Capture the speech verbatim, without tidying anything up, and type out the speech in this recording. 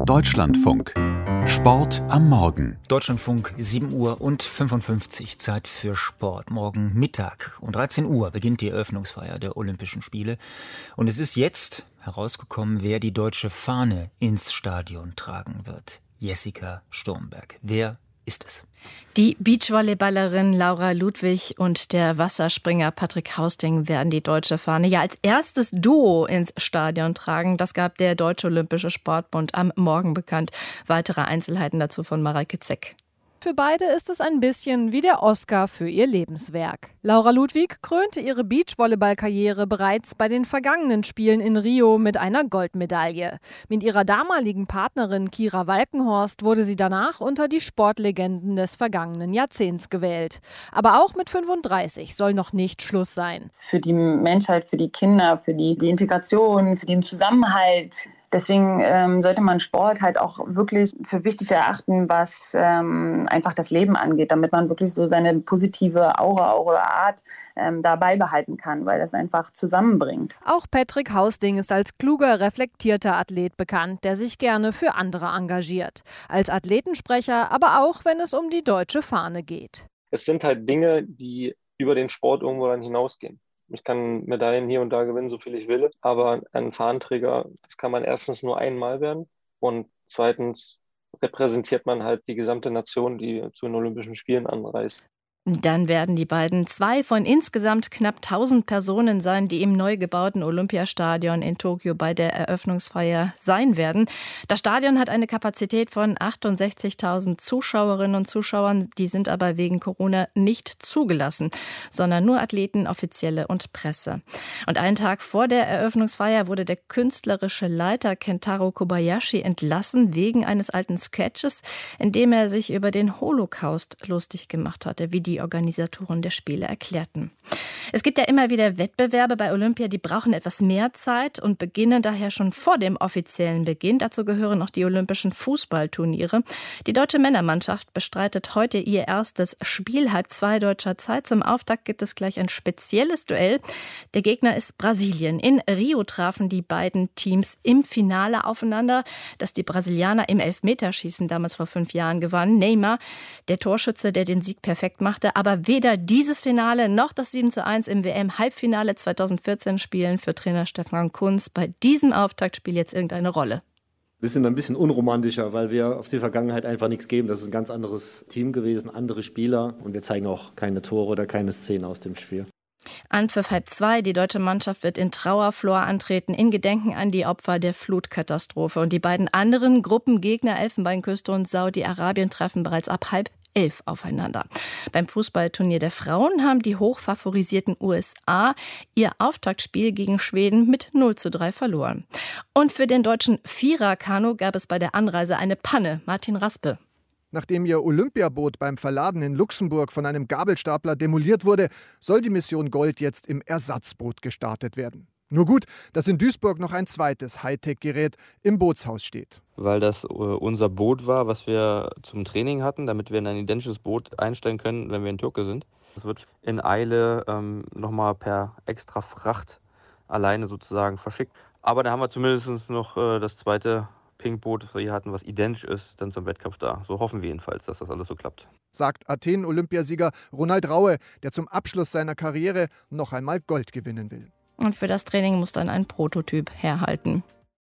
Deutschlandfunk. Sport am Morgen. Deutschlandfunk, sieben Uhr und fünfundfünfzig, Zeit für Sport. Morgen Mittag um dreizehn Uhr beginnt die Eröffnungsfeier der Olympischen Spiele. Und es ist jetzt herausgekommen, wer die deutsche Fahne ins Stadion tragen wird. Jessica Sturmberg. Wer ist es? Die Beachvolleyballerin Laura Ludwig und der Wasserspringer Patrick Hausting werden die deutsche Fahne ja als erstes Duo ins Stadion tragen. Das gab der Deutsche Olympische Sportbund am Morgen bekannt. Weitere Einzelheiten dazu von Mareike Zeck. Für beide ist es ein bisschen wie der Oscar für ihr Lebenswerk. Laura Ludwig krönte ihre Beachvolleyball-Karriere bereits bei den vergangenen Spielen in Rio mit einer Goldmedaille. Mit ihrer damaligen Partnerin Kira Walkenhorst wurde sie danach unter die Sportlegenden des vergangenen Jahrzehnts gewählt. Aber auch mit fünfunddreißig soll noch nicht Schluss sein. Für die Menschheit, für die Kinder, für die, die Integration, für den Zusammenhalt. Deswegen ähm, sollte man Sport halt auch wirklich für wichtig erachten, was ähm, einfach das Leben angeht, damit man wirklich so seine positive Aura oder Art ähm, da beibehalten kann, weil das einfach zusammenbringt. Auch Patrick Hausting ist als kluger, reflektierter Athlet bekannt, der sich gerne für andere engagiert. Als Athletensprecher, aber auch, wenn es um die deutsche Fahne geht. Es sind halt Dinge, die über den Sport irgendwo dann hinausgehen. Ich kann Medaillen hier und da gewinnen, so viel ich will. Aber ein Fahnenträger, das kann man erstens nur einmal werden. Und zweitens repräsentiert man halt die gesamte Nation, die zu den Olympischen Spielen anreist. Dann werden die beiden zwei von insgesamt knapp tausend Personen sein, die im neu gebauten Olympiastadion in Tokio bei der Eröffnungsfeier sein werden. Das Stadion hat eine Kapazität von achtundsechzigtausend Zuschauerinnen und Zuschauern. Die sind aber wegen Corona nicht zugelassen, sondern nur Athleten, Offizielle und Presse. Und einen Tag vor der Eröffnungsfeier wurde der künstlerische Leiter Kentaro Kobayashi entlassen wegen eines alten Sketches, in dem er sich über den Holocaust lustig gemacht hatte, wie die Die Organisatoren der Spiele erklärten. Es gibt ja immer wieder Wettbewerbe bei Olympia, die brauchen etwas mehr Zeit und beginnen daher schon vor dem offiziellen Beginn. Dazu gehören auch die Olympischen Fußballturniere. Die deutsche Männermannschaft bestreitet heute ihr erstes Spiel, halb zwei deutscher Zeit. Zum Auftakt gibt es gleich ein spezielles Duell. Der Gegner ist Brasilien. In Rio trafen die beiden Teams im Finale aufeinander, das die Brasilianer im Elfmeterschießen damals vor fünf Jahren gewannen. Neymar, der Torschütze, der den Sieg perfekt machte. Aber weder dieses Finale noch das sieben zu eins im W M-Halbfinale zweitausendvierzehn spielen für Trainer Stefan Kuntz bei diesem Auftaktspiel jetzt irgendeine Rolle. Wir sind ein bisschen unromantischer, weil wir auf die Vergangenheit einfach nichts geben. Das ist ein ganz anderes Team gewesen, andere Spieler und wir zeigen auch keine Tore oder keine Szenen aus dem Spiel. Anpfiff halb zwei. Die deutsche Mannschaft wird in Trauerflor antreten, in Gedenken an die Opfer der Flutkatastrophe. Und die beiden anderen Gruppengegner, Elfenbeinküste und Saudi-Arabien, treffen bereits ab halb elf aufeinander. Beim Fußballturnier der Frauen haben die hochfavorisierten U S A ihr Auftaktspiel gegen Schweden mit null zu drei verloren. Und für den deutschen Vierer-Kanu gab es bei der Anreise eine Panne. Martin Raspe. Nachdem ihr Olympiaboot beim Verladen in Luxemburg von einem Gabelstapler demoliert wurde, soll die Mission Gold jetzt im Ersatzboot gestartet werden. Nur gut, dass in Duisburg noch ein zweites Hightech-Gerät im Bootshaus steht. Weil das äh, unser Boot war, was wir zum Training hatten, damit wir in ein identisches Boot einstellen können, wenn wir in Türke sind. Das wird in Eile ähm, nochmal per extra Fracht alleine sozusagen verschickt. Aber da haben wir zumindest noch äh, das zweite Pinkboot, das wir hier hatten, was identisch ist, dann zum Wettkampf da. So hoffen wir jedenfalls, dass das alles so klappt. Sagt Athen-Olympiasieger Ronald Raue, der zum Abschluss seiner Karriere noch einmal Gold gewinnen will. Und für das Training muss dann ein Prototyp herhalten.